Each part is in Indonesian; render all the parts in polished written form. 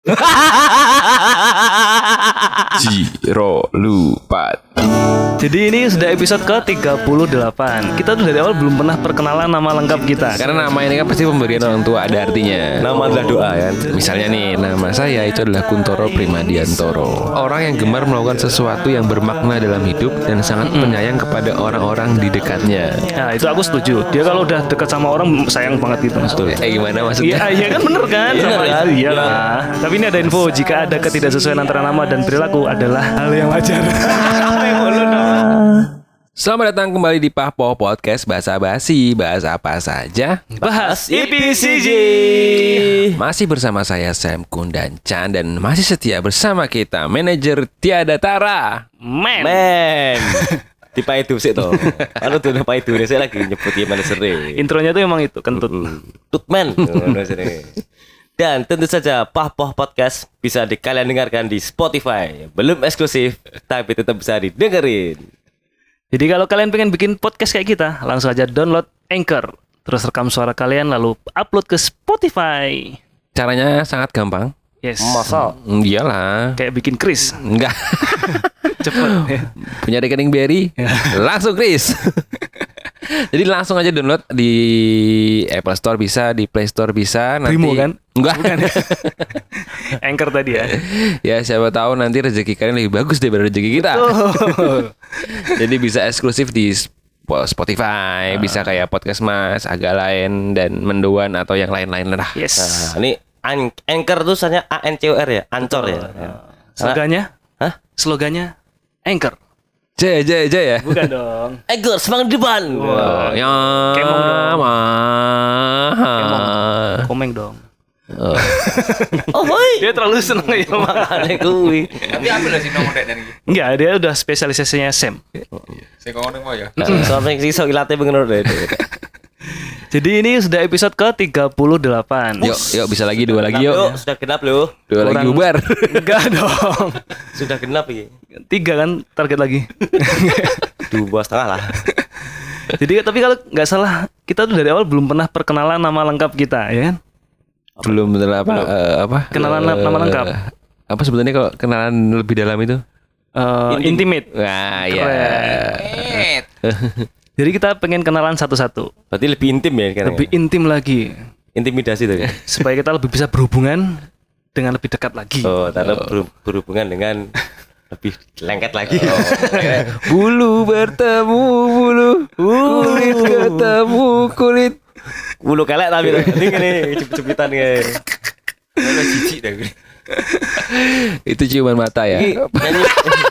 Jiro Lupat. Jadi ini sudah episode ke-38. Kita tuh dari awal belum pernah perkenalan nama lengkap kita. Karena nama ini kan pasti pemberian orang tua, ada artinya. Nama adalah doa kan. Misalnya nih, nama saya itu adalah Kuntoro Primadiantoro. Orang yang gemar melakukan sesuatu yang bermakna dalam hidup dan sangat penyayang kepada orang-orang di dekatnya. Nah itu aku setuju. Dia kalau udah dekat sama orang sayang banget gitu. Gimana maksudnya? Iya kan bener kan? Sama kan? itu iya lah. Tapi ini ada info, jika ada ketidaksesuaian antara nama dan perilaku adalah hal yang wajar. Selamat datang kembali di Pahpo Podcast Bahasa Basi. Bahas apa saja? Bahas IPCJ. Masih bersama saya Sam Kun dan Chan. Dan masih setia bersama kita manajer Tiada Tara. Men. Tipe itu sih toh. Kalau tuh tipe itu saya lagi nyebut gimana sering. Intronya tuh emang itu kentut. Tutmen. Dan tentu saja Pahpo Podcast bisa kalian dengarkan di Spotify. Belum eksklusif, tapi tetap bisa didengerin. Jadi kalau kalian pengen bikin podcast kayak kita, langsung aja download Anchor. Terus rekam suara kalian lalu upload ke Spotify. Caranya sangat gampang. Yes. Masa? Iyalah. Kayak bikin Chris. Enggak. Cepet. Punya rekening BRI? Langsung Chris. Jadi langsung aja download di Apple Store bisa, di Play Store bisa. Nanti Primo kan? Enggak. Bukan. Anchor tadi ya. Ya siapa tahu nanti rezeki kalian lebih bagus daripada rezeki kita. Jadi bisa eksklusif di Spotify, bisa kayak Podcast Mas, agak lain dan Mendoan atau yang lain-lain lah. Yes. Nah, ini Anchor tuh soalnya ANCOR ya, Ancor ya. Slogannya? Hah? Slogannya Anchor. J ya. Bukan dong. Anchor semangat di depan. Oh, ya. Kemong dong. Mah. Komeng dong. Oh, hoi. Dia terlalu seneng ya Makanya kuwi. Nanti ambil lah sih nomor dek dari Enggak, dia udah spesialisasinya Sam. saya ngomong mau ya. Sampai sih sok ilate bener deh. Jadi ini sudah episode ke-38. Yuk bisa lagi dua lagi yuk. Sudah genap loh. Dua lagi bubar. Enggak dong. Sudah genap iki. 3 kan target lagi. 2,5 lah. Jadi tapi kalau nggak salah kita tuh dari awal belum pernah perkenalan nama lengkap kita, ya kan? Belum bener apa? Kenalan nama lengkap. Apa sebenarnya kalau kenalan lebih dalam itu? Intimate. Wah, ya. Jadi kita pengen kenalan satu-satu. Berarti lebih intim ya kan? Lebih intim lagi. Intimidasi tuh ya. Supaya kita lebih bisa berhubungan dengan lebih dekat lagi. Oh, taruh berhubungan dengan lebih lengket lagi. Bulu bertemu bulu, kulit ketemu kulit. Bulu kelek tapi ini cepet-cepetan ya. Udah jijik dah gue. Itu ciuman mata ya. Nyanyi.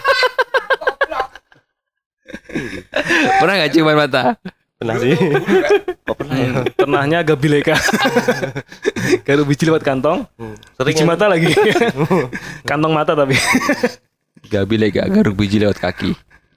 Pernah nggak ciuman mata? Pernah sih. Oh, pernah ya. Pernahnya agak bileka. Garu biji lewat kantong. Biji mata lagi. Kantong mata tapi. Gabi lega garuk biji lewat kaki.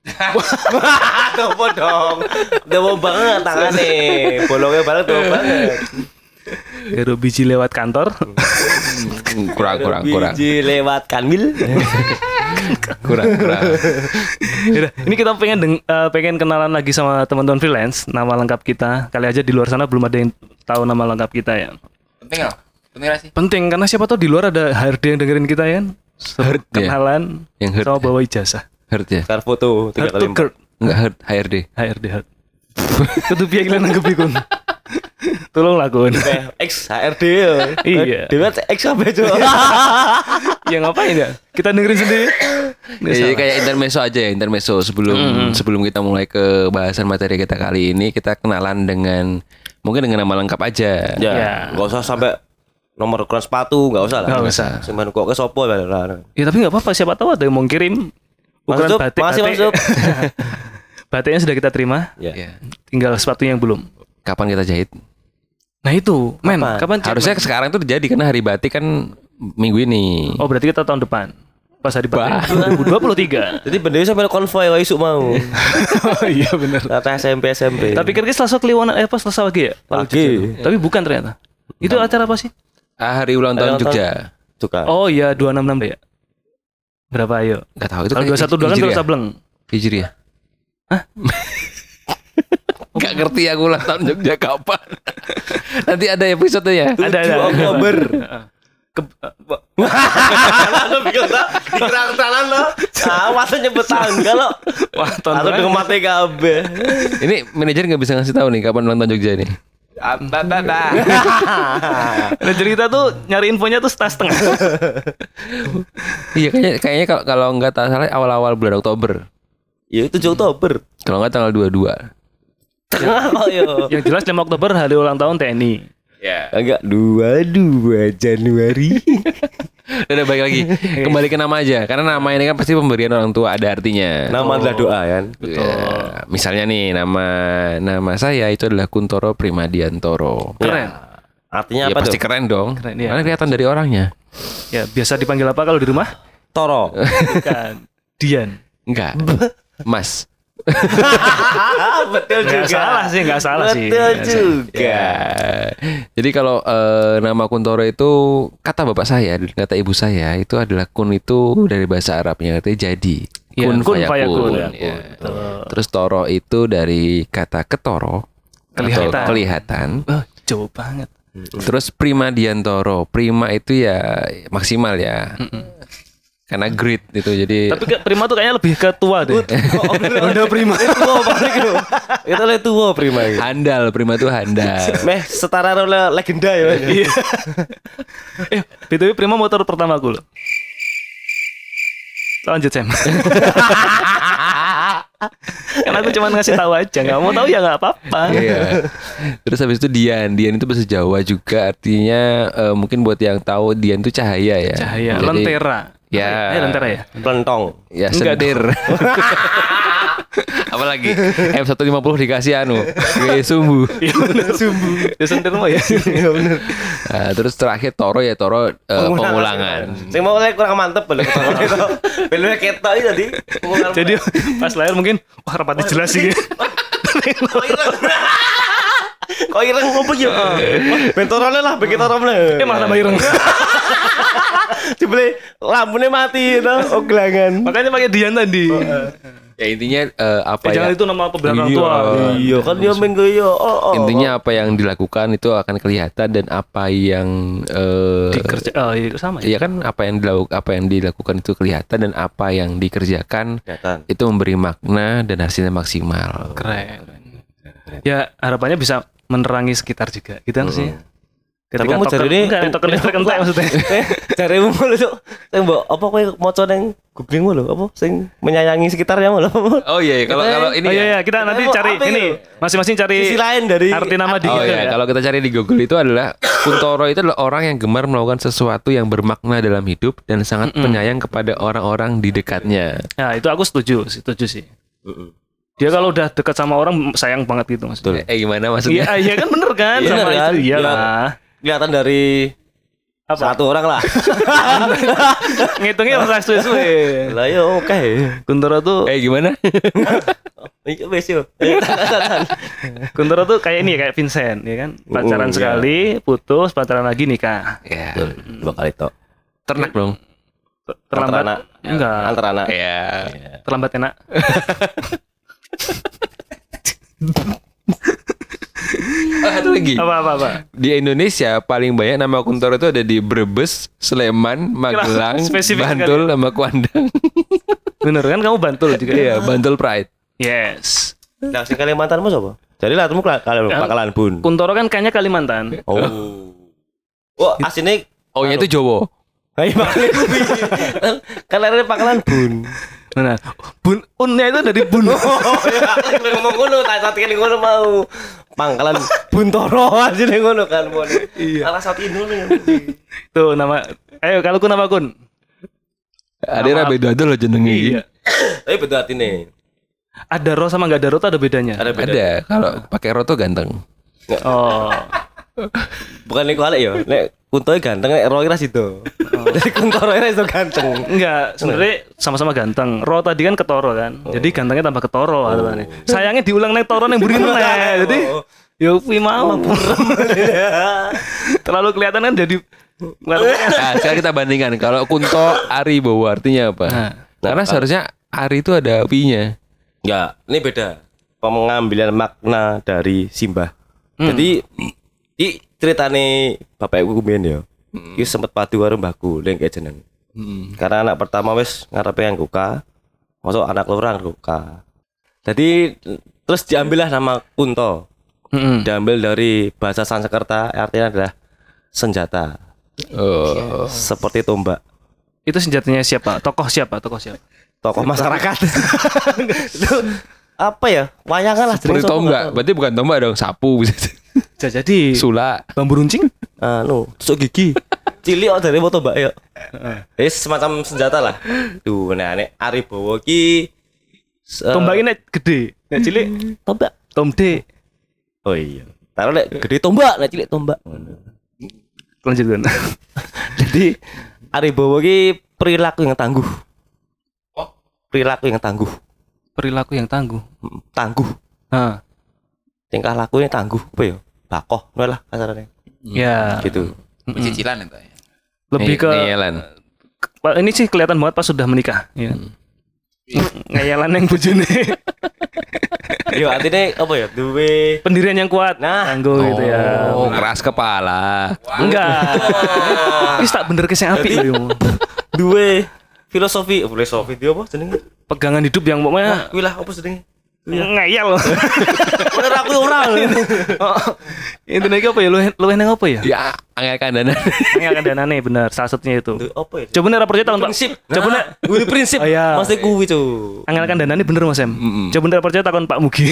Dopo dong. Dopo banget tangannya. Bolongnya banget dopo banget. Garu biji lewat kantor. Kurang. Biji lewat kanmil. Kurang. Yaudah, ini kita pengen kenalan lagi sama teman-teman freelance. Nama lengkap kita. Kali aja di luar sana belum ada yang tahu nama lengkap kita ya. Penting loh. Penting gak sih? Penting karena siapa tahu di luar ada HRD yang dengerin kita ya kan. Herd, Kenalan ya? Yang herd. sama bawa ijazah. Hurt ya? Kar foto 3 Herd kali to Kurt. Enggak hurt, HRD. HRD herd. Kudu piye kalian nanggep iku. Tolong lakon. X HRD ya. Iya. Dengan X apa coba? Ya ngapain ya? Kita dengerin sendiri. Jadi kayak intermezzo aja ya, intermezzo sebelum kita mulai ke bahasan materi kita kali ini, kita kenalan dengan mungkin dengan nama lengkap aja. Ya, enggak usah sampai nomor ukuran sepatu, enggak usah lah. Nggak usah. Cuman kok ke sopo lah. Ya tapi nggak apa-apa, siapa tahu ada yang mau kirim ukuran Masuk, batik. masuk. Batiknya sudah kita terima. Ya. Tinggal sepatunya yang belum. Kapan kita jahit? Nah itu, men, kapan Harusnya sekarang tuh terjadi karena hari batik kan minggu ini. Oh berarti kita tahun depan. Pas hari batik 2023. Jadi bener sampai konvoy wa isuk mau. Oh iya benar. Kata SMP. Tapi kira-kira Selasa Kliwon pas Selasa lagi ya? Lagi. Tapi bukan ternyata. Itu acara apa sih? Hari ulang tahun Jogja. Juga. Oh iya 266 deh ya. Berapa ayo? Enggak tahu itu. Kalau 21 kan kalau Sableng. Hijri ya? Hah? Gak ngerti aku ulang tahun Jogja kapan. Nanti ada episodenya. Ada. Oktober. Lalu bikin tak dikira kesalahan lo. Masa nyebut tanggal lo. Wah, Atau tontonan. dengan mati kabeh. Ini manajer nggak bisa ngasih tahu nih kapan nonton Jogja nih. Ada cerita tuh nyari infonya tuh setengah. Iya kayaknya kalau nggak salah awal-awal bulan Oktober. Ya 7 Oktober. Kalau nggak tanggal 22. Oh yo. Yang jelas 5 Oktober hari ulang tahun TNI. Ya. Enggak 22 Januari. Udah balik lagi. Kembali ke nama aja. Karena nama ini kan pasti pemberian orang tua, ada artinya. Nama adalah doa kan. Ya, misalnya nih nama saya itu adalah Kuntoro Primadiantoro. Keren. Artinya Ya apa pasti tuh? keren dong. Keren, ya. Karena kelihatan dari orangnya. Ya, biasa dipanggil apa kalau di rumah? Toro. Bukan. Dian. Enggak. Mas. Betul Nggak salah sih, nggak salah sih. Betul Nggak salah. juga. Ya. Jadi kalau nama Kuntoro itu kata bapak saya dan kata ibu saya itu adalah kun itu dari bahasa Arabnya artinya jadi. Ya, kun fayakun. fayakun. Ya. Terus toro itu dari kata ketoro Kelihatan. atau kelihatan. Oh, jauh banget. Terus Primadiantoro. Prima itu ya maksimal ya. Karena great itu jadi Tapi Prima tuh kayaknya lebih ke tua deh. Udah prima. Tua balik lo. Itu le tua prima. handal. Prima itu handal. Meh setara oleh legenda ya. Iya. BTW Prima motor pertama aku loh. Lanjut Sam. Karena aku cuma ngasih tahu aja, nggak mau tahu ya nggak apa-apa. Iya. Terus habis itu Dian. Dian itu bahasa Jawa juga artinya mungkin buat yang tahu Dian itu cahaya ya. Cahaya, Jadi- lentera. Ya. Lentera ya. Pelentong. Ya Enggak sendir. Apalagi M150 dikasih gaya sumbu. Iya benar sumbu. Ya sentir mah ya. Iya bener. Nah, terus terakhir Toro ya Toro pengulangan. Saya mau oleh kurang mantep boleh ketemu. Belum ketok itu tadi. Jadi pas lahir mungkin wah rapatnya jelas sih. Kok ireng ngopo ya? Bentorone lah, bikin oromne. Malah tambah ireng. Dibeli lampunya mati itu, oglangan. Makanya pakai Dian tadi. Ya intinya apa ya? Jangan itu nama pemberian orang Iya. tua. Iya kan dia minggu ya. Intinya apa yang dilakukan itu akan kelihatan dan apa yang Dikerja. Oh, iya sama ya. Iya kan apa yang dilakukan itu kelihatan dan apa yang dikerjakan Kelihatan. itu memberi makna dan hasilnya maksimal. Keren. Ya harapannya bisa menerangi sekitar juga. Gitu kan sih. Tapi mau cari ini enggak token listrik entek maksudnya. Carimu mulu cuk. Sing mbok apa kowe maca ning googling mulu apa sing menyayangi sekitarnya mulu. Oh iya, kalau ini Oh ya. iya, kita nanti Apa cari itu? ini masing-masing cari Sisi lain dari arti nama di Oh Google iya, ya. kalau kita cari di Google itu adalah Kuntoro itu adalah orang yang gemar melakukan sesuatu yang bermakna dalam hidup dan sangat penyayang kepada orang-orang di dekatnya. Nah, itu aku setuju sih. Dia kalau udah dekat sama orang sayang banget gitu maksudnya. Gimana maksudnya? Iya, iya kan bener kan Iya sama kan? itu Iya. iyalah. kelihatan dari Apa? satu orang lah. Ngitungnya pas suwe-suwe. Lah ya oke. Kuntoro tuh Gimana? Iya wes yo. Kuntoro tuh kayak ini ya, kayak Vincent ya kan. Pacaran Iya. sekali, putus, pacaran lagi nikah. Ya, Dua kali tok. ternak dong. Terlambat Anak. enggak. Antar anak. Ya. Terlambat enak. Satu lagi. Apa. Di Indonesia paling banyak nama Kuntoro itu ada di Brebes, Sleman, Magelang, Spesifik Bantul, sama Kuandang. Bener kan kamu Bantul juga. Iya, Bantul Pride. Yes. Nah, sing Kalimantan mas apa? Jadi lah temu kalian bakalan bun. Kuntoro kan kayaknya Kalimantan. Oh. Wah, asine Oh, nya itu Jowo. ayo bakalan kuwi. Kan lere bakalan bun. Nah, bun unnya itu dari bun. Oh, ya, aku ngomong ngono, tak saat ini ngono mau. Pangkalan Buntoro aja nih ngono kan, Mon. Iya. Alas saat ini ngono. Tuh nama. Ayo kalau kun apa kun? Ada yang beda tuh loh jenenge. Iya. Tapi beda atine. Ada ro sama nggak ada ro tuh ada bedanya. Ada beda. Ada. Kalau pakai roto ganteng. Oh. Bukan niku alek ya. Nek Kuntoy ganteng, nek Roy ra sido. Jadi Kuntoro ra iso ganteng. Enggak, sebenarnya sama-sama ganteng. Ro tadi kan ketoro kan. Jadi gantengnya tambah ketoro artinya. Sayangnya diulang nek toro ning mburi meneh. Jadi yo kuwi mau. Terlalu kelihatan kan jadi Nah, sekarang kita bandingkan. Kalau Kunto Aribowo artinya apa? Nah. Karena seharusnya Ari itu ada pi-nya. Enggak, ini beda. Pengambilan makna dari Simbah. Jadi i ceritane bapak ibu kumbiyen ya. Iki sempet padu karo mbahku ning kayak jeneng. Karena anak pertama wis ngarepe angguka. Masuk anak loro angguka. Jadi terus diambillah nama Kunto. Diambil dari bahasa Sanskerta artinya adalah senjata. Oh. Seperti tombak. Itu senjatanya siapa? Tokoh siapa? Tokoh masyarakat. Itu apa ya? Wayangan lah Seperti jenenge tombak. Berarti bukan tombak dong, sapu bisa. Bisa jadi Sula. bambu runcing? tusuk gigi. Cilik kok dari tombak ya. Semacam senjata lah. Tuh nek Aribowo ki Tombak ini gede, nek cilik tombak. tomde. Oh iya. Taruh nek gede tombak, nek cilik tombak. Lanjutkan. Jadi Aribowo ki perilaku yang tangguh. Perilaku yang tangguh. Perilaku yang tangguh. Tangguh. Nah, Tingkah lakunya tangguh apa ya? Bakoh lah kasarnya. ya. Gitu. Cicilan itu ya. Lebih ke Ngeyelan. ini sih kelihatan banget pas sudah menikah, ya. Ngayalan yang bojone. Yo artinya apa ya? Duwe Pendirian yang kuat. Nah. Tangguh gitu ya. Oh, keras kepala. Enggak. Wis tak bener ke sing apik lho yo. duwe filosofi dia apa jenenge? Pegangan hidup yang pokoknya Kuwi lah apa jenenge? ngayal. Bener aku orang. Intinya iki apa ya? Luwih nang apa ya? Ya, angel kandana. Ngayal danane bener, salah satunya itu. Apa ya? Coba nih percaya tahun Pak. Prinsip. Coba nih Kuwi prinsip. Oh, iya. Mesti kuwi tuh. angel danane bener Mas Em. Coba nih percaya takon Pak Mugi.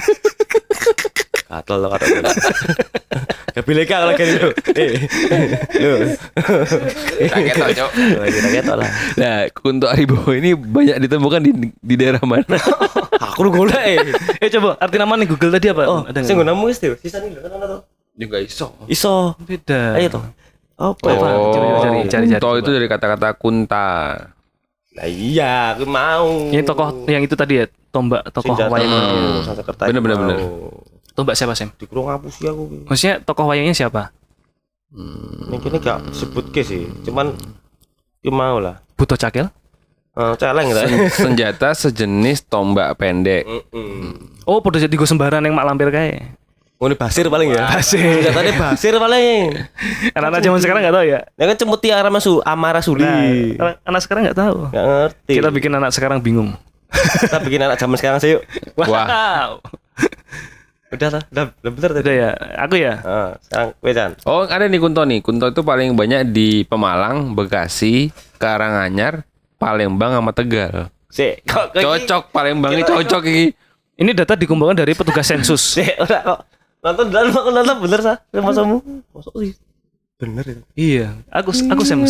Katel lo katel. Gak pilih kalau kayak gitu. Lo. Kaget tau, Cok. Kita ketok lah. Nah, Kunto Aribowo ini banyak ditemukan di daerah mana? Aku lu golek. Coba arti nama nih Google tadi apa? Oh, Ada sing nggak? nggono wis tuh. Sisane lho kan ono to. Juga iso. Iso. Beda. Ayo to. Apa? Oh, coba cari. Kunto itu dari kata-kata kunta. Lah iya, aku mau. Ini tokoh yang itu tadi ya, tombak tokoh Senjata wayang. mau, Sanskerta Bener, itu bener, mau. bener. Tombak siapa Sem? Dikurung ngapusi aku. Maksudnya tokoh wayangnya siapa? Mungkin gak sebut ke sih, cuman ya mau lah. Buto Cakil? Celeng gitu. Senjata sejenis tombak pendek. Oh, podo jadi gue sembaran yang mak lampir kayak. Ini basir paling ya. Basir. Senjatanya basir paling. Anak-anak zaman sekarang nggak tahu ya. Ya kan cemuti Amara Suli. Nah, anak sekarang nggak tahu. Gak ngerti. Kita bikin anak sekarang bingung. Kita bikin anak zaman sekarang sih yuk. Wah. Udah bener tadi. Udah ya, aku ya. Sekarang Wecan. Oh, ada nih Kunto nih. Kunto itu paling banyak di Pemalang, Bekasi, Karanganyar, Palembang sama Tegal. Sik, kok Cocok Palembangnya cocok iki. Ini data dikumpulkan dari petugas sensus. Sik, ora kok. Nonton nonton bener sah. Masamu. Masuk sih. Bener itu. Iya, aku Sem.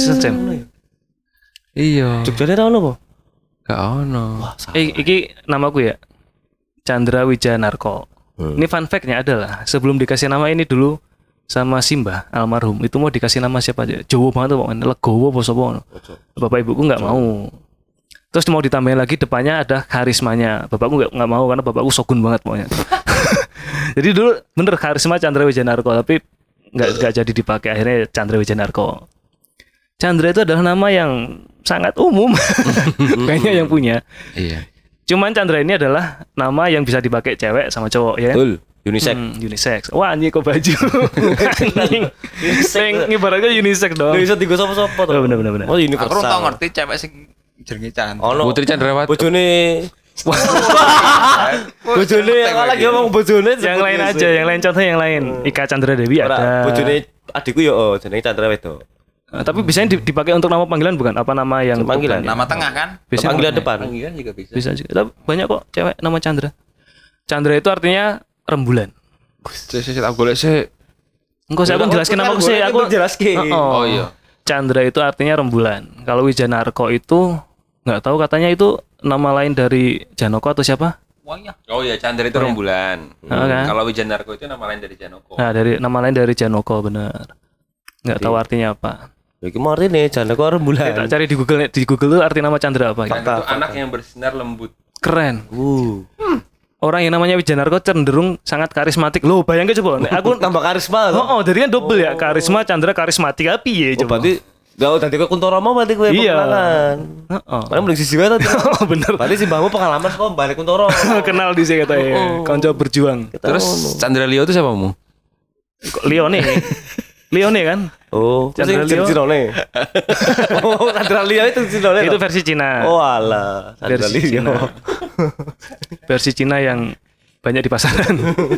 Iya. Jogjane ra ono apa? Gak ono. Iki namaku ya. Chandra Wijanarko. Ini fun fact-nya adalah sebelum dikasih nama ini dulu sama Simbah almarhum itu mau dikasih nama siapa aja? Jawa banget tuh pokoknya Legowo apa sapa ngono. Bapak ibuku nggak mau. Terus mau ditambahin lagi depannya ada karismanya. Bapakku nggak mau karena bapakku sogun banget pokoknya. Jadi dulu bener karisma Chandra Wijanarko tapi nggak jadi dipakai akhirnya Chandra Wijanarko. Chandra itu adalah nama yang sangat umum. Banyak yang punya. Iya. Cuman Chandra ini adalah nama yang bisa dipakai cewek sama cowok ya. Betul. Unisex. Unisex. Wah, anjing kok baju. Anjing. Sing ibaratnya unisex dong. Gak bisa digo sapa-sapa to. Oh, bener. Oh, Aku universal. tau ngerti cewek sing jenenge Chandra. Ono. Putri Chandrawati. Bojone. Bojone kalau lagi ngomong bojone Yang lain aja, yang lain contoh yang lain. Ika Chandra Dewi ada. Bojone adikku yo jenenge Chandra Wedo. Tapi biasanya dipakai untuk nama panggilan bukan? Apa nama yang Panggilan. bukan? Nama tengah kan? Biasanya Panggilan apa? depan. Panggilan juga bisa. Bisa juga. Tapi banyak kok cewek nama Chandra. Chandra itu artinya rembulan. Saya tak boleh sih. Engkau saya pun jelaskan nama aku sih. Aku jelaskan. Oh iya. Chandra itu artinya rembulan. Kalau Wijanarko itu nggak tahu katanya itu nama lain dari Janoko atau siapa? Oh iya, Chandra itu rembulan. Kan? Kalau Wijanarko itu nama lain dari Janoko. Nah, dari nama lain dari Janoko benar. Nggak tahu artinya apa. Ya kemarin nih Chandra kok rembulan. Kita cari di Google itu arti nama Chandra apa? Chandra itu anak yang bersinar lembut. Keren. Orang yang namanya Wijanarko cenderung sangat karismatik. Loh, bayangin coba. Aku Tambah karisma. Oh, jadi kan double ya. Karisma Chandra karismatik api ya coba. Berarti gak udah ke Kuntoromo berarti gue Iya. pengalaman. Heeh. Mana mending sisi banget. Oh, bener. Berarti si mbahmu pengalaman kok balik Kuntoromo. Kenal di sini katanya. Konco berjuang. Terus Chandra Leo itu siapa mu? Kok Leo nih. Lione kan? Oh, Chandra Leo. Cinone. Oh, Chandra Leo itu Cinone. Itu versi Cina. Oh, alah, Chandra Versi Cina. Leo. Versi Cina yang banyak di pasaran.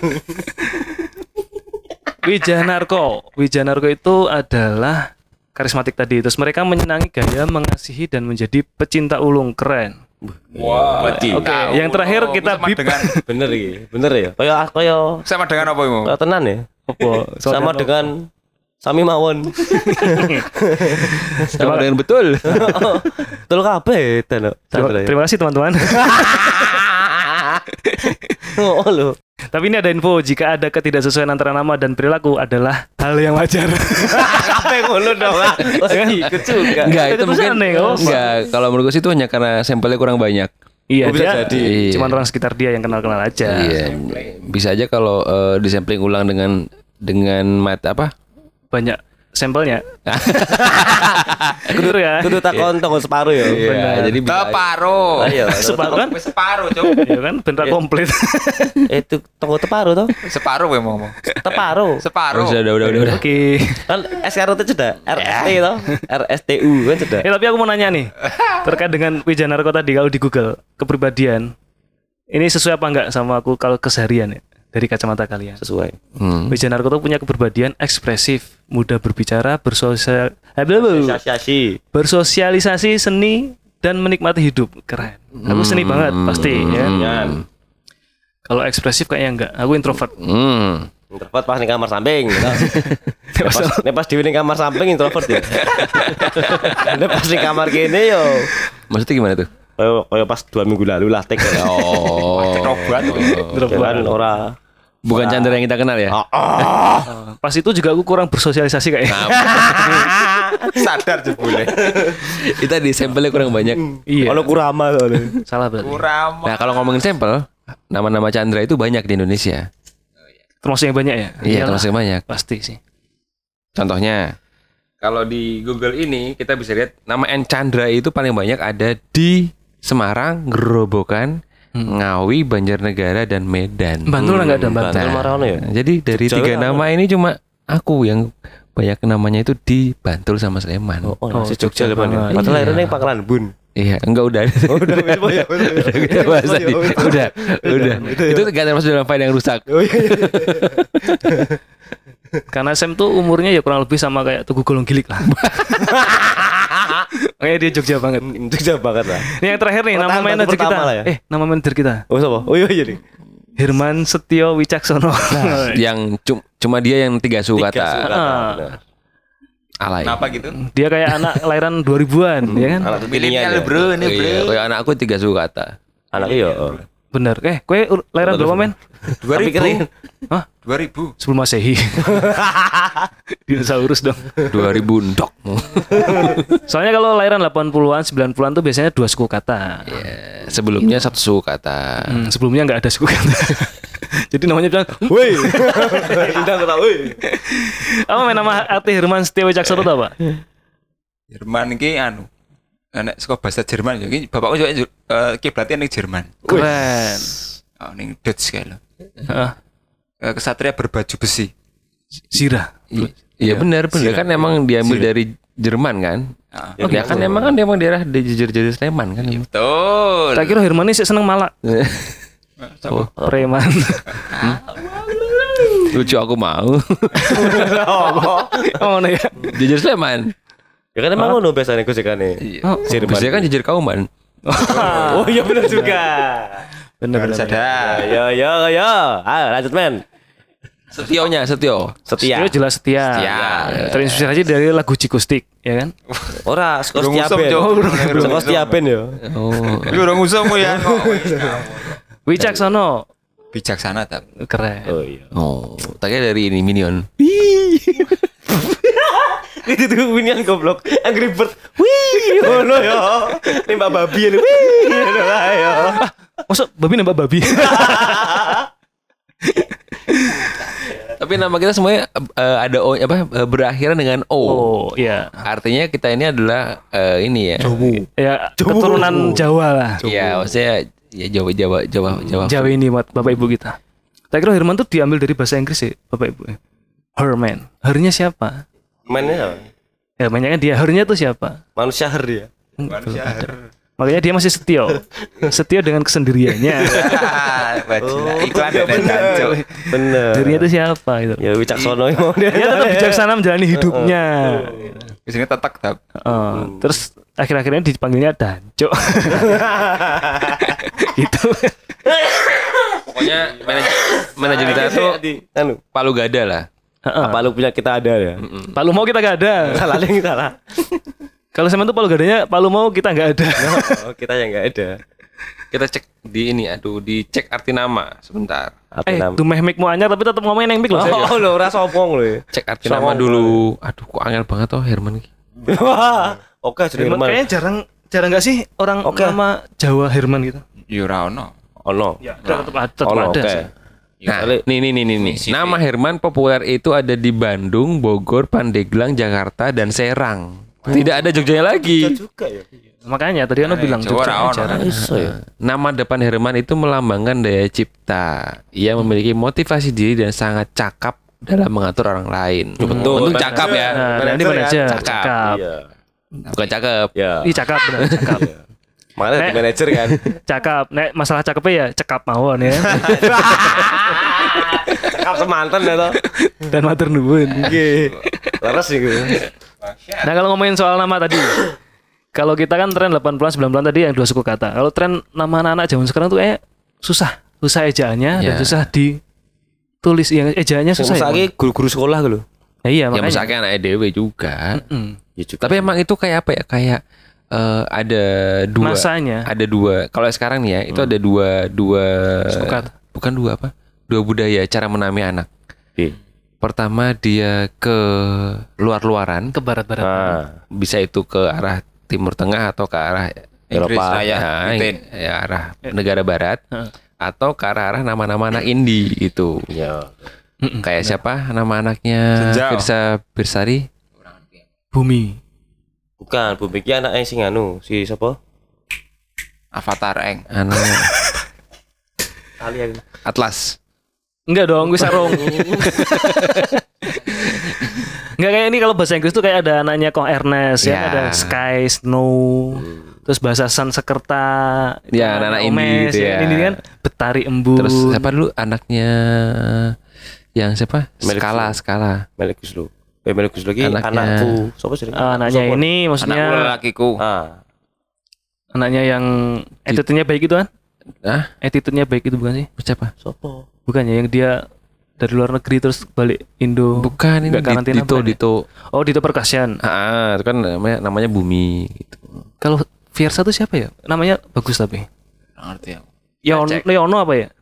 Wijanarko itu adalah karismatik tadi. Terus mereka menyenangi gaya, mengasihi dan menjadi pecinta ulung. Keren. Wah, Oke, yang terakhir kita sama bip. dengan Bener iki. Bener ya. Kaya sama dengan apa itu? tenan ya. Apa? Sama dengan sami mawon. Sama dengan betul. Betul kabeh Chandra. Terima kasih teman-teman. Oh lho. Tapi ini ada info, jika ada ketidaksesuaian antara nama dan perilaku adalah hal yang wajar. Kabeh ngono dong. Oh, ikut juga. Enggak, itu Itu mungkin aneh, nggak apa-apa. enggak. Kalau menurut gue sih itu hanya karena sampelnya kurang banyak. Iya, Oh, bisa dia jadi. cuman orang sekitar dia yang kenal-kenal aja. Iya. Bisa aja kalau disampling ulang dengan mata apa? Banyak sampelnya. Kudu ya. Kudu takon tonggo separuh ya. Iya, jadi bisa. Teparo. Ayo. Separuh kan? Wis separuh, Cuk. Iya kan, bentar komplit. Itu tonggo teparuh toh? Separuh kowe ngomong. Teparuh. Separuh. Udah. Oke. Kan SKRT sudah RST toh? RSTU kan sudah. Tapi aku mau nanya nih, terkait dengan Wijanarko tadi kalau di Google kepribadian, ini sesuai apa enggak sama aku kalau keseharian ya dari kacamata kalian? Sesuai. Wijanarko tuh punya kepribadian ekspresif, mudah berbicara, bersosialisasi seni dan menikmati hidup. Keren. Aku seni banget pasti ya. Kalau ekspresif kayaknya enggak. Aku introvert. Introvert pas di kamar samping. Pas di kamar samping introvert ya. Pas di kamar gini yo. Maksudnya gimana tuh? Kayak pas 2 minggu lalu lah tek. Oh. Robat. Kan ora. Bukan Chandra yang kita kenal ya? Pas itu juga aku kurang bersosialisasi kayaknya. Sadar jebule. Itu tadi sampelnya kurang banyak. Iya. Kalau kurama soalnya. Salah berarti. Kurang. Nah, kalau ngomongin sampel, nama-nama Chandra itu banyak di Indonesia. Termasuk yang banyak ya? Iya, Iyalah, termasuk banyak. pasti sih. Contohnya, kalau di Google ini kita bisa lihat nama N Chandra itu paling banyak ada di Semarang, Gerobokan, Ngawi, Banjarnegara, dan Medan. Bantul enggak ada Bantul. Bantul Marono ya. Jadi dari Jogja 3 nama ini cuma aku yang banyak namanya itu di Bantul sama Sleman. Si Jogja depan ya. banget. Padahal lahirnya yang Pangkalan Bun. Iya, enggak udah. Udah ya. Kita bahas tadi. Udah. Itu enggak termasuk dalam file yang rusak. Karena Sam tuh umurnya ya kurang lebih sama kayak Tugu Golong Gilik lah. Makanya dia Jogja banget. Jogja banget lah. Ini yang terakhir nih, nama Pertama manajer kita. lah ya. Nama manajer kita. Oh siapa? Oh iya nih. Herman Setio Wicaksono. Yang cuma dia yang 3 suku kata. Ah. Alay. Kenapa gitu? Dia kayak anak kelahiran 2000-an, ya kan? Anak Milenial, ya. bro, ini bro. Iya, kayak anak aku 3 suku kata. Anaknya ya. Bener. Kowe lahiran berapa, men? 2000. Hah? 2000. Sebelum Masehi. Dinosaurus dong. 2000 ndok. Soalnya kalau lahiran 80-an, 90-an tuh biasanya 2 suku kata. Ya, sebelumnya 1 suku kata. Sebelumnya nggak ada suku kata. Jadi namanya bilang, woi. Udah aku tahu. Apa main nama arti Herman Setio Wicaksono itu apa? Jerman iki anu. Anak sekolah bahasa Jerman iki bapakku juga kiblatnya ning Jerman. Keren. Oh, ning Dutch kae lho. Heeh. Kesatria berbaju besi. Zira. Iya benar kan emang diambil dari Jerman kan? Ya kan emang daerah di jujur Sleman kan. Betul. Tak kira Herman ini sih seneng malak. Oh, Preman. lucu aku mau. Oh, no ya. Jujur Sleman. Ya kan emang ngono biasanya gojekannya. Biasanya kan jujur Kauman. Oh iya benar juga. Bener. Sadar. Ya. Lanjut men. Setio. Setia. Setio jelas setia. Terinspirasi dari lagu Cikustik, ya kan? Ora, skor Urung setia usum, ben. Cuk. Skor setia ben ya. Oh. Lu ora ngusummu ya. Wicaksono. Bijaksana tak. Keren. Oh iya. Oh, tagnya dari ini Minion. Itu tuh Minion goblok. Angry Bird. Wih, ngono ya. Nembak babi ini. Wih, ngono lah ya. Masuk babi nembak babi. Tapi nama kita semuanya ada O berakhiran dengan O. Oh, iya. Artinya kita ini adalah ini ya. Ya, keturunan Jawa lah. Iya, maksudnya ya Jawa. Jawa ini buat Bapak Ibu kita. Tak kira Herman tuh diambil dari bahasa Inggris ya, Bapak Ibu. Herman. Hernya siapa? Mainnya apa? Hermannya kan dia. Hernya tuh siapa? Manusia her dia. Manusia. Makanya dia masih setia. Setia dengan kesendiriannya. Iklan dan jancuk. Bener. Hernya itu siapa gitu. Ya Wicaksono mau dia. Dia tetap bijaksana menjalani hidupnya. Biasanya tetek tap. Terus akhir-akhirnya dipanggilnya Danco. Gitu. Pokoknya manajer kita tuh Anu, palu gada lah. apa lu punya kita ada ya? Palu mau kita gak ada. Salah nih salah. Kalau Semen tuh palu gadanya, palu mau kita nggak ada. Oh, kita yang enggak ada. Kita cek di ini, dicek arti nama sebentar. Apa nama? Tuh meh mau anyar tapi tetap ngomongin yang mik loh. Oh, lo ora sombong lo. Cek arti nama dulu. Aduh, kok angel banget tuh Herman iki. Wah, oke jadi Herman kayaknya jarang nggak sih orang nama Jawa Herman gitu. Yo ora ono. Ono. Ya, tetap Ono, ada oke. sih. Nah, nih. Nama Herman populer itu ada di Bandung, Bogor, Pandeglang, Jakarta, dan Serang. Tidak ada Jogjanya lagi. Juga ya. Makanya tadi Ano bilang Jawa ora ono. jarang. Iso ya. Nama depan Herman itu melambangkan daya cipta. Ia memiliki motivasi diri dan sangat cakap dalam mengatur orang lain. Betul. Untung cakap ya. Nah, ini manajer. Cakap. Cakap. Iya. Bukan cakep. Ya. Ih cakap benar cakap. Makanya di manajer kan. Cakap. Nek masalah cakepnya ya cekap mawon ya. Cakap semanten ya toh. Dan matur nuwun. Nggih. Leres nih gue. Nah, kalau ngomongin soal nama tadi. Kalau kita kan tren 80-an 90-an tadi yang dua suku kata. Kalau tren nama anak-anak zaman sekarang tuh susah ejaannya dan Ya. susah ditulis. Yang ejaannya susah. Ya, Saiki guru-guru sekolah gitu. nah, iya Ya makanya. misalnya anak EDW juga. Ya juga. Tapi emang itu kayak apa ya? Kayak ada dua. Masanya. Ada dua. Kalau sekarang nih ya, itu ada dua. Suku kata. Bukan dua apa? Dua budaya cara menamai anak. Oke. Pertama dia ke luar-luaran. Ke barat-barat. Nah, Bisa itu ke arah Timur Tengah atau ke arah Inggris Eropa, Raya, ya, Britain. ya arah negara Barat, atau ke arah nama-nama anak indie gitu. ya. Kayak siapa nama anaknya? Senjau. Firsa Bersari. Bumi. Bukan, Bu Miki anaknya sing anu, si sapa? Avatar eng. Anaknya Kalian. Atlas. Enggak dong, gue sarung. Enggak kayak ini kalau bahasa Inggris tuh kayak ada anaknya Kong Ernest ya, Ya. ada Sky, Snow, terus bahasa Sansekerta, Ya, anak-anak indie gitu ya. Ini kan Betari Embun. Terus siapa dulu anaknya yang siapa? Melik Skala. Melikus lu. Melikus lagi Anaknya. anakku. Siapa sih? Anaknya Siapa? ini maksudnya Anakku lelakiku. Ah, anaknya yang attitude-nya baik itu kan? Ah, Attitude-nya baik itu bukan sih? siapa? Bukan ya yang dia dari luar negeri terus balik Indo. bukan ini Nggak karantina Dito, bukan ya? Dito. Oh, Dito Percussion. Itu kan namanya Bumi gitu. Kalau Fiersa tuh siapa ya? Namanya bagus tapi. Nggak ngerti aku. Leono apa ya?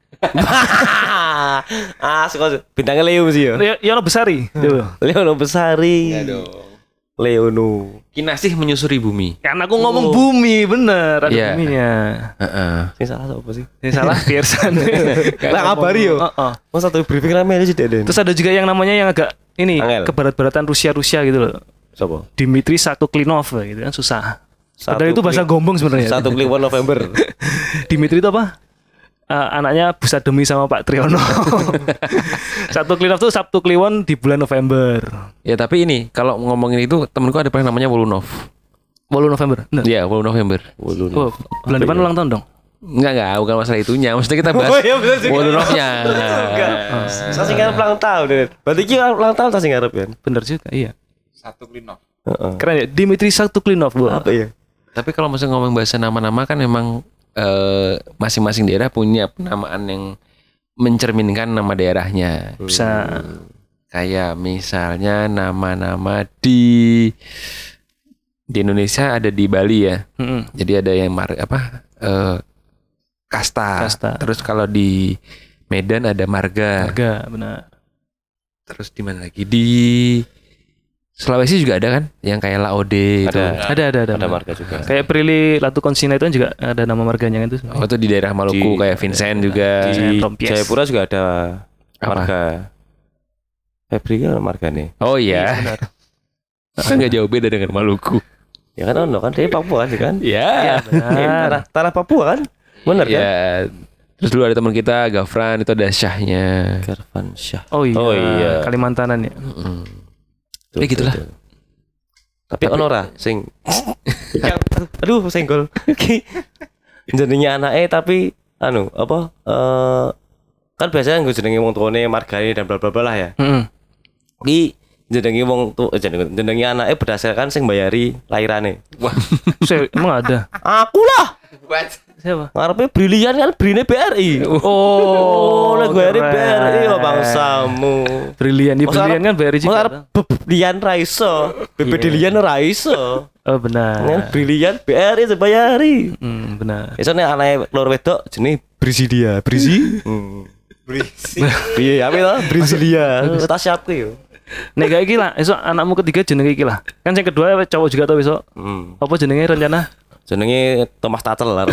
suka bintangnya Leo sih ya. Leono Besari. Coba. Leono Besari. Leono. Kinasih menyusuri bumi. Kan aku ngomong bumi bener, ada Iya. buminya. Heeh. Sing salah apa sih? Ini salah Fiersa. Lah ngabari yo. Mas satu briefing rame aja sih Den. Terus ada juga yang namanya yang agak ini Angel. ke barat-baratan Rusia gitu loh. Siapa? Dimitri Saktuklinov gitu kan susah. Satu Padahal itu bahasa klik- gombong sebenarnya. 1 klik 1 November. Dimitri itu apa? Anaknya Busa Demi sama Pak Triyono. Satu Klinov tuh Sabtu Kliwon di bulan November. Ya tapi ini kalau ngomongin itu temenku ada yang namanya Wolunov. 10 November. Bener. Iya, Wolunov. Oh, bulan depan ulang tahun dong. Enggak, bukan masalah itunya. Maksudnya kita bahas Oh, iya, bener juga. Wolunovnya. Saya sing ngarep ulang tahun Den. Berarti ki ulang tahun tak sing ngarep kan? Bener juga, iya. Satu klinov. Heeh. Keren ya, Dimitri Saktuklinov, Bu. Apa ya? Tapi kalau misalnya ngomong bahasa nama-nama kan memang masing-masing daerah punya penamaan yang mencerminkan nama daerahnya. Bisa Kayak misalnya nama-nama di Indonesia ada di Bali ya. Jadi ada yang kasta. Kasta. Terus kalau di Medan ada marga. harga, benar. Terus di mana lagi? Di Sulawesi juga ada kan? Yang kayak Laode itu. Ada. Ada marga juga. Kayak Prilly Latukonsina itu kan juga ada nama marganya kan itu. Oh itu di daerah Maluku kayak Vincent juga. Di Rompies. Jayapura juga ada Apa? marga. Febri kan marga nih. Oh iya. Kan nggak jauh beda dengan Maluku. Ya kan ono kan dari Papua sih kan? Ya. Tanah Papua kan? Bener kan? Ya. Terus dulu ada teman kita Gafran itu ada Syahnya. Garvan Syah. Oh iya. Oh iya. Kalimatanan ya. Ya gitulah. Tapi ono ora sing aduh senggol. Jenenge anake tapi anu apa kan biasanya gue jenenge wong tuane margane dan bla bla bla lah ya. Heeh. Iki jenenge wong jenenge anake berdasarkan sing bayari lairane. Wah. Emang ada. Aku lah. What? Siapa? Ngarepe brilian kan brine BRI. Oh, Lah gue keren. BRI ya bangsamu. Brilian, di Brilian kan BRI juga. Brilian ra iso. Brilian ra iso. Oh benar. Kan brilian BRI sebayari. Benar. Iso nek anake lor wedok jenenge Brisilia. Brisi. Piye ya to? Brisilia. Tak siapke yo. Nek kayak iki lah, esok anakmu ketiga jenenge iki lah. Kan yang kedua cowok juga tau besok. Apa jenenge rencana? Jenenge Thomas Tatel lah.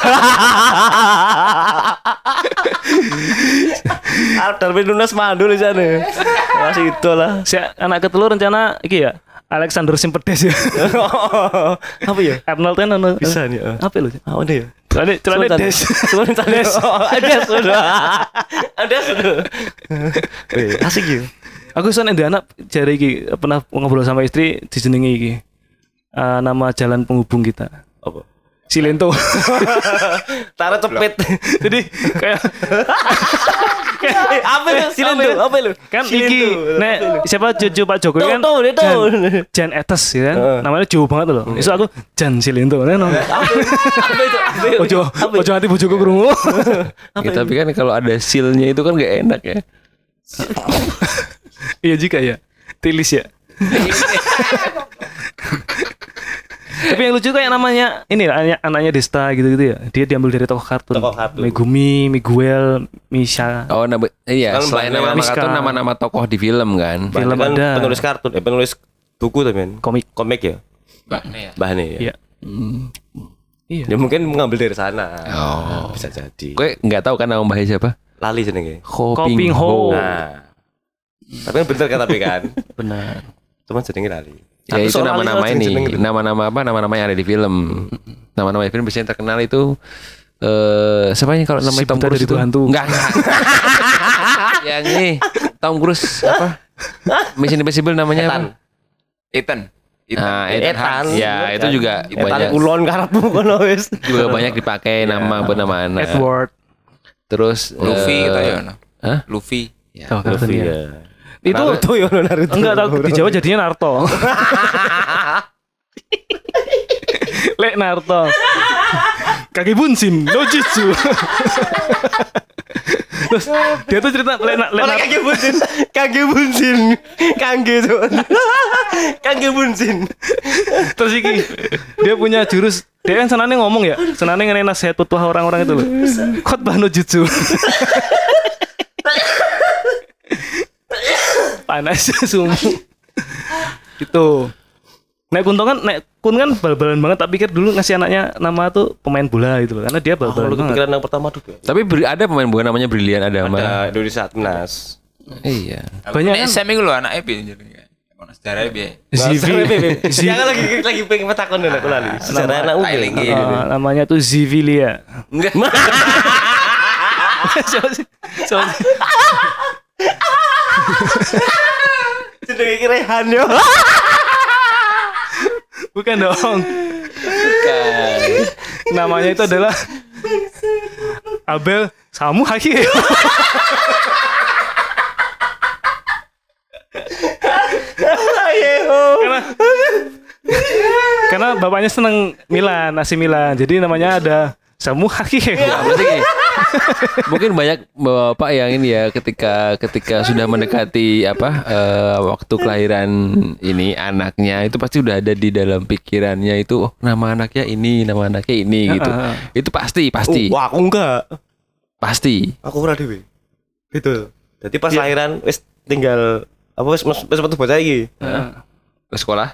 Darwin Nunes mandul di sana. Masih itu lah. Si anak ketelur rencana iki ya. Alexander Simpedes ya. Apa ya? Arnold kan ono. Bisa nih. Apa lu? Apa nih ya? Celana des. Celana des. Ada sudah. Ada sudah. Asik ya. Aku soalnya ada anak jari iki pernah ngobrol sama istri dijenengi iki. Nama jalan penghubung kita. Apa? Silento. Taruh cepet. Jadi kayak apa lu? Silento. Apa lu? kan iki nek siapa cucu Pak Jokowi kan Jan Etes ya kan namanya jauh banget loh. Isu aku Jan Silento kan. Apa itu? Ojo nanti bojoku krungu. Ya, tapi kan kalau ada silnya itu kan gak enak ya. Iya juga ya. Tilis ya. Tapi yang lucu kayak namanya ini lah anaknya Desta gitu-gitu ya. Dia diambil dari tokoh kartun. Megumi, Miguel, Misha. Oh, iya, Kan selain banyak nama Miska. kartun nama-nama tokoh di film kan. Film kan ada. penulis kartun, penulis buku tapi kan. Komik. Ya. Bahne ya. Bahane ya. Iya. Iya. Ya mungkin mengambil dari sana. Oh. Bisa jadi. Gue nggak tahu kan nama mbahnya siapa? Lali jenenge. Koping Ho. Nah. Tapi kan bener kan tapi kan. Benar. Teman jenenge Lali. Ya itu nama-nama ini, jeneng gitu. nama-nama apa? Nama-nama yang ada di film. Nama-nama di film biasanya terkenal itu siapa yang kalau namanya Si Tom Buta Cruise dari itu? Hantu. Enggak. Yang ini Tom Cruise apa? Mission Impossible namanya apa? Ethan. Nah, Ethan. Ya, itu juga Etan banyak kulon karepmu kono wis. juga banyak dipakai nama buat nama anak. Edward. Terus Luffy gitu ya. Hah? Luffy. Tahu kartun ya. Itu Naruto ya Naruto. enggak tahu di Jawa jadinya Naruto. Lek Naruto. Kaki bunshin, no jutsu. Terus dia tuh cerita Lek Naruto. Kage bunsin. Kangge tuh. Kage bunsin. Terus iki dia punya jurus. Dia kan senane ngomong ya, senane ngenai nasihat petuah orang-orang itu loh. Khotbah no jutsu. Panas sumu. Itu. Nek Kun kan bal-balan banget, tak pikir dulu ngasih anaknya nama tuh pemain bola gitu loh. Karena dia bal-balan Lu banget. kepikiran yang pertama tuh. tapi ada pemain bukan namanya Brilian ada Mbak. Ada Indonesia Timnas. Iya. Banyak kan? SM iku lho anake piye jenenge. Ono sejarah piye. Jangan lagi pengen metakon dulu aku lali. Sejarah anak udah. Namanya tuh Zivilia. Siapa sih? Jenenge iki Rehan yo. Bukan dong. Bukan. Namanya itu adalah Abel Samu Haki. Karena bapaknya seneng Milan, AC Milan. Jadi namanya ada Samu Haki. Ya, berarti gini. Mungkin banyak bapak yang ini ya ketika sudah mendekati waktu kelahiran ini anaknya itu pasti udah ada di dalam pikirannya itu nama anaknya ini gitu. Itu pasti. Wah, aku enggak. Pasti. Aku ora dhewe. Gitu. Jadi pas lahiran wis tinggal apa wis metu bocah iki. Ke sekolah.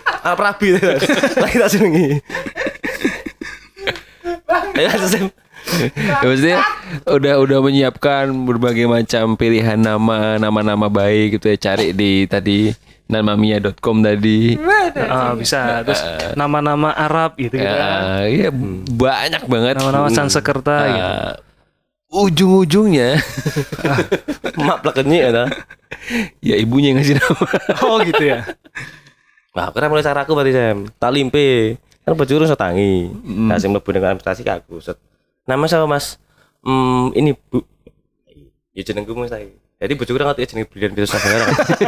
Prabi lagi tak senengi. Ya Ya, maksudnya udah menyiapkan berbagai macam pilihan nama baik gitu ya, cari di tadi namamia.com tadi. Bisa. Terus nama-nama Arab gitu kan. Iya banyak banget. Nama-nama Sansekerta gitu. Ujung-ujungnya Mak plekenyi ya. ya ibunya yang ngasih nama. Oh gitu ya. Nah, kira mulai cara aku berarti Sam. Tak limpe. Kan baju urus tangi. Kasih mlebu dengan administrasi ke aku. Set. Nama siapa Mas? Ini Bu. Ya jenengku Mas saya. Jadi bojoku ora ngerti jeneng Brilian Pitus Sabara.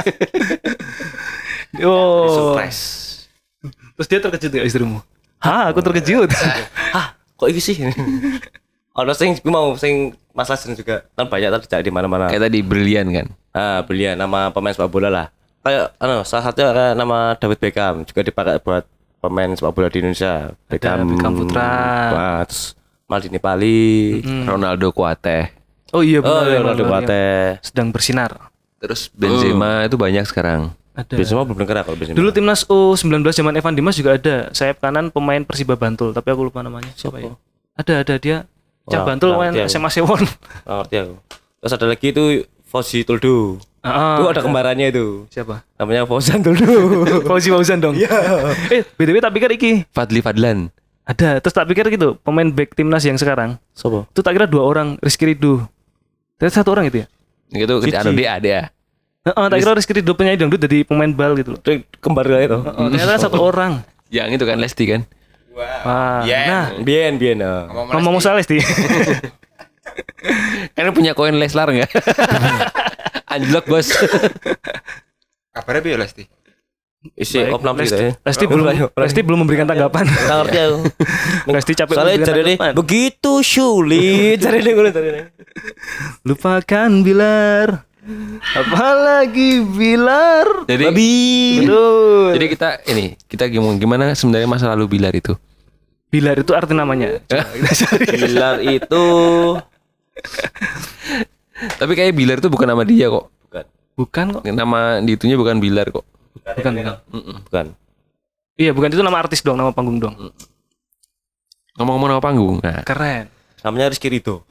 Oh. Surprise. Terus dia terkejut gak istrimu? Aku terkejut. Hah, kok iki sih? Ono sing mau sing Mas Lasren juga kan banyak tadi cari di mana-mana. Kayak tadi Brilian kan. Brilian nama pemain sepak bola lah. Kayak salah satu kayak nama David Beckham juga dipakai buat pemain sepak bola di Indonesia. Beckham Putra. Terus Maldini Pali, Ronaldo Kuateh. Oh iya benar. Ronaldo Kuateh. Sedang bersinar. Terus Benzema itu banyak sekarang. Ada. Benzema belum denger kalau Benzema. Dulu timnas U19 zaman Evan Dimas juga ada sayap kanan pemain Persiba Bantul, tapi aku lupa namanya siapa ya. Ada dia. Cak Bantul main SMA Sewon. Ngerti aku. Terus ada lagi itu Fauzi Tuldu. Itu ada kembarannya itu. Siapa? Namanya Fauzan Tuldu. Fauzan dong. Iya. BTW tak pikir iki. Fadli Fadlan. Ada. Terus tak pikir gitu, pemain back timnas yang sekarang. Sopo? Itu tak kira 2 orang, Rizky Ridho. Ternyata 1 orang itu ya. Gitu dia. Tak kira Rizky Ridho penyanyi dangdut jadi pemain bal gitu loh. Itu kembar itu. Ternyata 1 orang. Yang itu kan Lesti kan. Wah. Yeah. Nah, Bien. ngomong soal Lesti. Kan punya koin Leslar enggak? Anjlok bos. Kabarnya piye Lesti? Isi opnam gitu ya. Lesti belum memberikan tanggapan. Nggak ngerti aku. Lesti capek Soalnya memberikan jadi ini tanggapan. begitu sulit. Cari ini. Lupakan Bilar. Apalagi Bilar. Jadi Betul. Jadi kita gimana sebenarnya masa lalu Bilar itu? Bilar itu arti namanya. Bilar itu Tapi kayak Bilar itu bukan nama dia kok. Bukan kok. Nama di itunya bukan Bilar kok. bukan. Iya, bukan, itu nama artis dong, nama panggung dong. Ngomong-ngomong nama panggung. Nah, Keren. Namanya Rizky Ridho.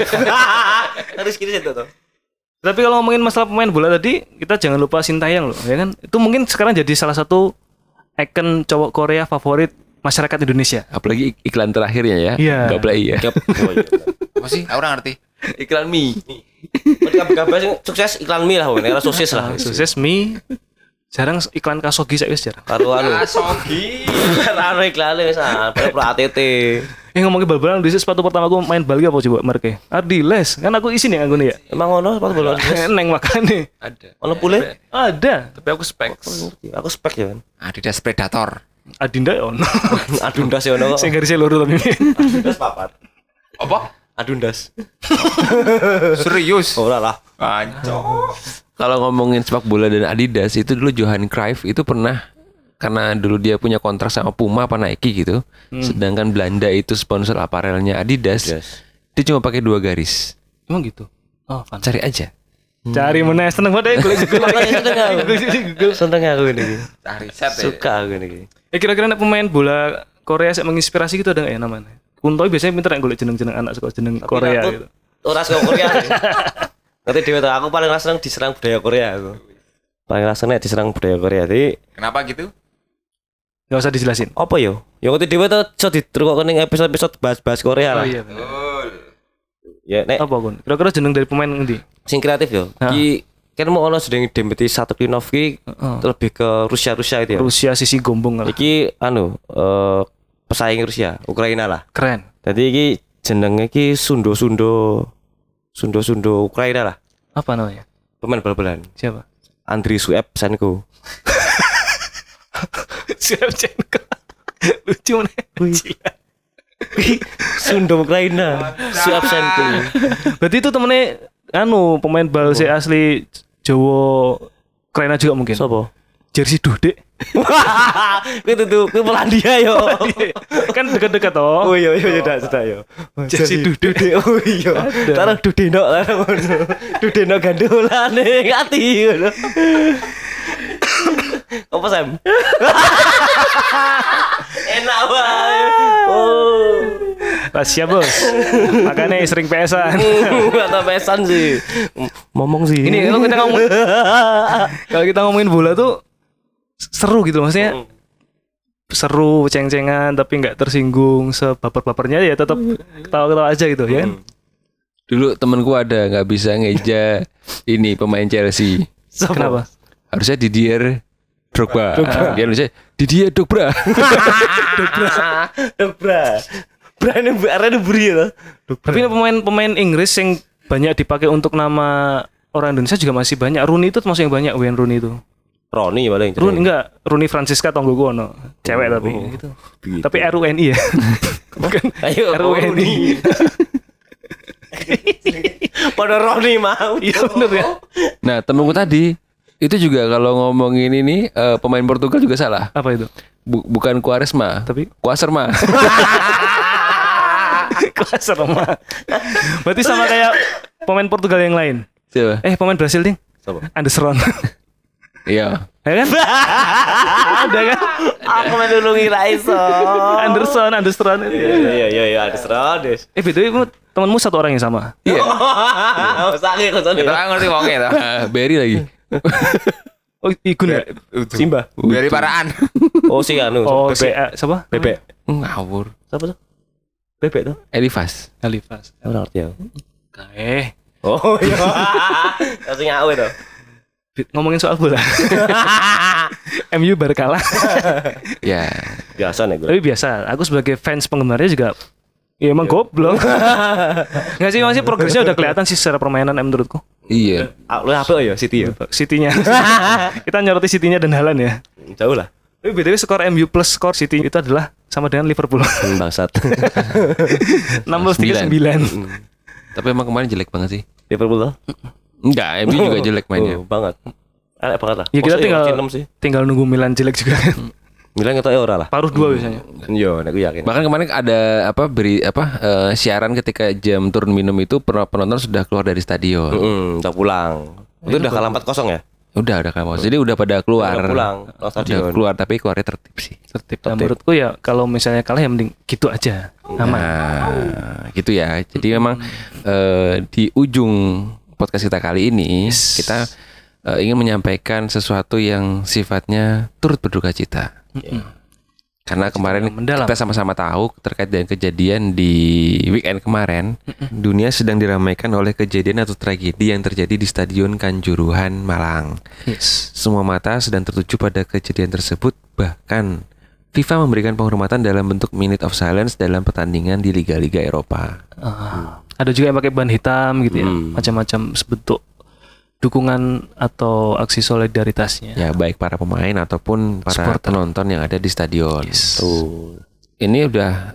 Rizky Ridho tuh. Tapi kalau ngomongin masalah pemain bola tadi, kita jangan lupa Sintayong loh, ya kan? Itu mungkin sekarang jadi salah satu ikon cowok Korea favorit masyarakat Indonesia. apalagi iklan terakhirnya ya. Iya. Gak play ya. Apa sih? Aku ora ngerti. Iklan mie. Kabar sukses iklan mie lah, era sosis lah. Sukses mie. Jarang iklan Kasogi saya jarang. Karo anu. Sogi. Karo iklan wis pro ATT. Ngomongin bal-balan, di sepatu pertama aku main bal apa coba mereka? Ardiles. Kan aku isin ya nganggo ya. Emang ono sepatu bola? Neng makane. Ada. Ono pule? Ada. Tapi aku specs. Aku spek ya kan. Adidas Predator. Adinda ya ono. Adundas ya ono kok. Sing garisnya loro tapi. Adundas papat. Apa? Adundas. Serius? Ora lah. Anco. Kalau ngomongin sepak bola dan Adidas itu dulu Johan Cruyff itu pernah, karena dulu dia punya kontrak sama Puma apa Nike gitu. Sedangkan Belanda itu sponsor aparelnya Adidas. Yes. Dia cuma pakai 2 garis. Emang gitu. Oh, fun. Cari aja. Cari mana seneng banget ya Google. Seneng aku ini. Cari set ya. Suka aku ini. Kira-kira nek pemain bola Korea yang menginspirasi gitu ada nggak ya namanya? Kunto biasanya pinter yang golek jeneng-jeneng anak sekolah jeneng Korea gitu. Ora suka Korea. Nanti dewe aku paling seneng diserang budaya Korea aku. Paling seneng diserang budaya Korea. Jadi Kenapa gitu? Gak usah dijelasin. apa yo? Ya ngerti dhewe to iso diterukake ning episode-episode bahas-bahas Korea lah. Oh iya bener. Ya nek Apa Kun? Kira-kira jeneng dari pemain ngendi? sing kreatif yo. Ki kan mau ono sedang dempeti satu Klinov ki lebih ke Rusia itu ya. Rusia sisi gombong lah. Iki pesaing Rusia, Ukraina lah. Keren. Jadi iki jenenge ki Sundo Ukraina lah. Apa namanya? Pemain bal-balan. Siapa? Andriy Shevchenko. Shevchenko. Lucu nih. Sundo Ukraina. Shevchenko. Berarti itu temennya pemain bal si asli Jawa Ukraina juga mungkin. Sopo? Jersey Dude. Kuwi Polandia yo. Kan dekat-dekat toh. Oh iya sudah yo. Jersey Dude. Oh iya. Taruh Dudeno lah ngono. Dudeno gandolane ati ngono. Apa Sam? Enak wae. Oh. Rahasia bos. Makanya sering PS-an. Atau pesan sih. Ngomong sih. Ini kalau kita ngomongin bola tuh seru gitu maksudnya. Seru, ceng-cengan tapi nggak tersinggung sebaper-bapernya ya tetap ketawa-ketawa aja gitu ya kan. Dulu temenku ada nggak bisa ngeja ini pemain Chelsea. Kenapa? Harusnya Didier Drogba. Dia harusnya Didier Drogba. Dobra. Brand arene buri ya. Tapi pemain Inggris yang banyak dipakai untuk nama orang Indonesia juga masih banyak. Rooney itu termasuk yang banyak, Wayne Rooney itu. Roni paling. Rooney Francisca Tonggoku ono. Cewek tapi gitu. Begitu. Tapi RUNI ya. Bukan Ayo RUNI. Pada Roni mau. Iya bener ya. Nah temenku tadi itu juga kalau ngomongin ini pemain Portugal juga salah. Apa itu? Bukan Quaresma, Tapi Quaresma. kelas Roma. Berarti sama kayak pemain Portugal yang lain. Siapa? Pemain Brasil ding. Siapa? Anderson. Iya. Ya kan? Ada kan? Aku menulungi Raiso. Anderson. Iya, ada serades. BTW temanmu satu orang yang sama. Iya. Sakit kok Kita nggak ngerti wongnya ta. Berry lagi. Oh, Igun ya? Simba. Dari paraan. Oh, si anu. Oh, Bebek. siapa? Bebek. Ngawur. Siapa tuh? Bebek tuh. Elifas. Alifas. Ora ngerti ya. Oh iya. Langsung ngawe tuh. Ngomongin soal bola. MU baru kalah. Ya. Biasa nih gue. Tapi biasa. Aku sebagai fans penggemarnya juga ya emang goblok. Nggak sih masih progresnya udah kelihatan sih secara permainan menurutku. Iya. Lu apa ya City ya? City-nya. Kita nyoroti City-nya dan Haaland ya. Jauh lah. Tapi BTW skor MU plus skor City itu adalah sama dengan Liverpool. Bangsat. 16-39. Tapi emang kemarin jelek banget sih. Liverpool tuh? Enggak, MU juga jelek mainnya. Banget. Elek banget lah. Ya kita Maksudnya tinggal nunggu Milan jelek juga kan. Milan ngetok ya ora lah. Paruh 2 biasanya. Yo, nek gue yakin. Bahkan kemarin ada siaran ketika jam turun minum itu penonton sudah keluar dari stadion. Udah pulang. Itu udah kalah 4-0 ya? Udah kamu. Jadi udah pada keluar. Udah pulang. Udah keluar tapi keluarnya tertib sih. Tertib. Nah, menurutku ya kalau misalnya kalah ya mending gitu aja. Aman. Nah, gitu ya. Jadi memang di ujung podcast kita kali ini kita ingin menyampaikan sesuatu yang sifatnya turut berduka cita. Karena kemarin kita sama-sama tahu terkait dengan kejadian di weekend kemarin, dunia sedang diramaikan oleh kejadian atau tragedi yang terjadi di Stadion Kanjuruhan Malang. Yes. Semua mata sedang tertuju pada kejadian tersebut, bahkan FIFA memberikan penghormatan dalam bentuk minute of silence dalam pertandingan di liga-liga Eropa. Ada juga yang pakai ban hitam gitu ya, macam-macam bentuk dukungan atau aksi solidaritasnya. Ya, baik para pemain ataupun para supporter, penonton yang ada di stadion. Yes. Tuh. Ini udah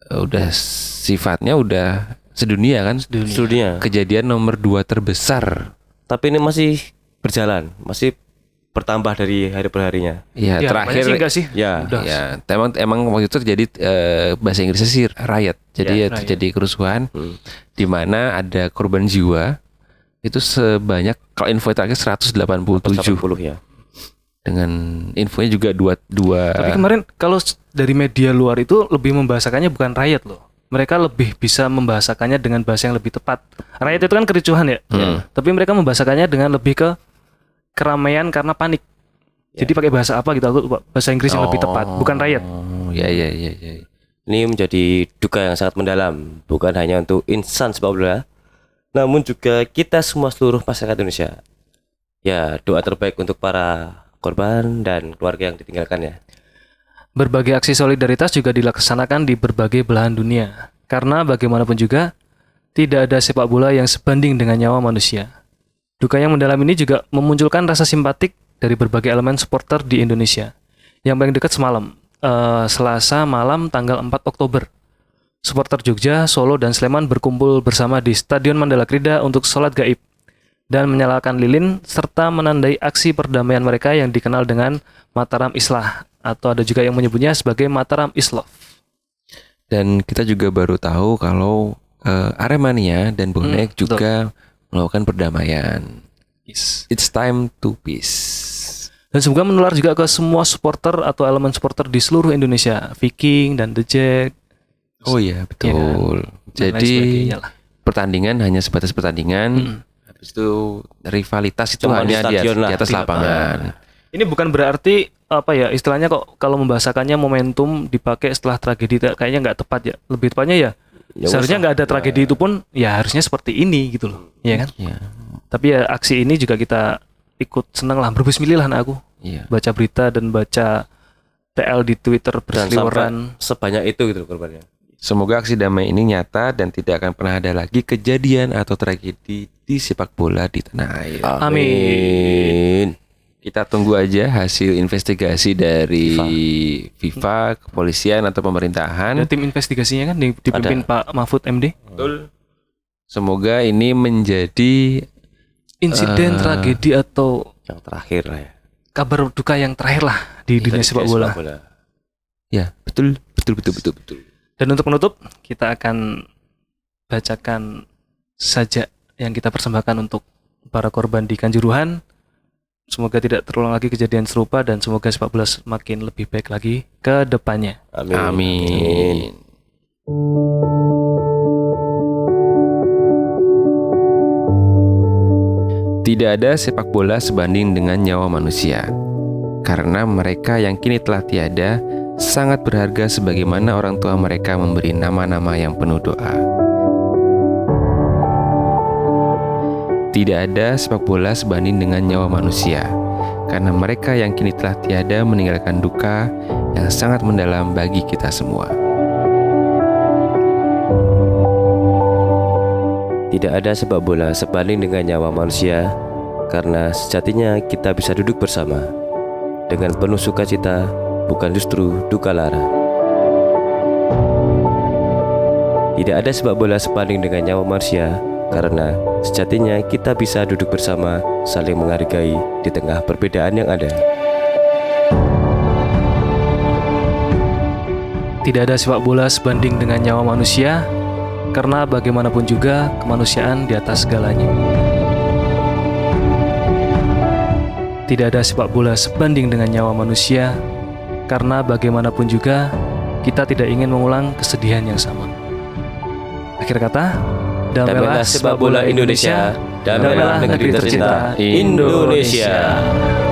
sifatnya udah sedunia kan? Sedunia. Kejadian nomor 2 terbesar. Tapi ini masih berjalan, masih bertambah dari hari per harinya. Ya, terakhir sih enggak sih? Ya. Udah. Ya, emang waktu itu terjadi bahasa Inggrisnya sih riot. Jadi riot. terjadi kerusuhan di mana ada korban jiwa itu sebanyak kalau info terakhir 187 ya. Dengan infonya juga dua. Tapi kemarin kalau dari media luar itu lebih membahasakannya bukan riot loh. Mereka lebih bisa membahasakannya dengan bahasa yang lebih tepat. Riot itu kan kericuhan ya. Tapi mereka membahasakannya dengan lebih ke keramaian karena panik. Jadi pakai bahasa apa gitu? Aku bahasa Inggris yang lebih tepat, bukan riot. Oh, ya. Ini menjadi duka yang sangat mendalam, bukan hanya untuk insan sepak bola, namun juga kita semua seluruh masyarakat Indonesia. Ya, doa terbaik untuk para korban dan keluarga yang ditinggalkan ya. Berbagai aksi solidaritas juga dilaksanakan di berbagai belahan dunia. Karena bagaimanapun juga, tidak ada sepak bola yang sebanding dengan nyawa manusia. Duka yang mendalam ini juga memunculkan rasa simpatik dari berbagai elemen supporter di Indonesia. Yang paling dekat semalam, Selasa malam tanggal 4 Oktober. Supporter Jogja, Solo, dan Sleman berkumpul bersama di Stadion Mandala Krida untuk sholat gaib dan menyalakan lilin serta menandai aksi perdamaian mereka yang dikenal dengan Mataram Islah, atau ada juga yang menyebutnya sebagai Mataram Islov. Dan kita juga baru tahu kalau Aremania dan Bonek juga melakukan perdamaian. Yes. It's time to peace. Dan semoga menular juga ke semua supporter atau elemen supporter di seluruh Indonesia, Viking dan The Jack, Oh iya, betul. Dan lain Jadi sebagainya lah. pertandingan hanya sebatas pertandingan. Habis itu rivalitas itu Cuma di hanya di stadion lah. atas lapangan. Ini bukan berarti apa ya istilahnya kok kalau membahasakannya momentum dipakai setelah tragedi kayaknya nggak tepat ya. Lebih tepatnya ya seharusnya nggak ada tragedi itu pun ya harusnya seperti ini gitu loh, ya kan? Iya. Tapi ya aksi ini juga kita ikut seneng lah, berbismillah lah aku. Iya. Baca berita dan baca TL di Twitter Dan berseliweran. sampai sebanyak itu gitu korbannya. Semoga aksi damai ini nyata dan tidak akan pernah ada lagi kejadian atau tragedi di sepak bola di tanah air. Amin. Kita tunggu aja hasil investigasi dari FIFA, kepolisian atau pemerintahan. Ada tim investigasinya kan dipimpin Pak Mahfud MD. Betul. Semoga ini menjadi Insiden tragedi atau Yang terakhir lah ya. kabar duka yang terakhir lah di dunia sepak bola. ya, betul. Dan untuk menutup, kita akan bacakan sajak yang kita persembahkan untuk para korban di Kanjuruhan. Semoga tidak terulang lagi kejadian serupa dan semoga sepak bola semakin lebih baik lagi ke depannya. Amin. Tidak ada sepak bola sebanding dengan nyawa manusia. Karena mereka yang kini telah tiada sangat berharga sebagaimana orang tua mereka memberi nama-nama yang penuh doa. Tidak ada sepak bola sebanding dengan nyawa manusia, karena mereka yang kini telah tiada meninggalkan duka yang sangat mendalam bagi kita semua. Tidak ada sepak bola sebanding dengan nyawa manusia, karena sejatinya kita bisa duduk bersama dengan penuh sukacita, bukan justru duka lara. Tidak ada sepak bola sebanding dengan nyawa manusia, karena sejatinya kita bisa duduk bersama, saling menghargai di tengah perbedaan yang ada. Tidak ada sepak bola sebanding dengan nyawa manusia, karena bagaimanapun juga kemanusiaan di atas segalanya. Tidak ada sepak bola sebanding dengan nyawa manusia, karena bagaimanapun juga kita tidak ingin mengulang kesedihan yang sama. Akhir kata, damailah sepak bola Indonesia, damailah negeri tercinta Indonesia.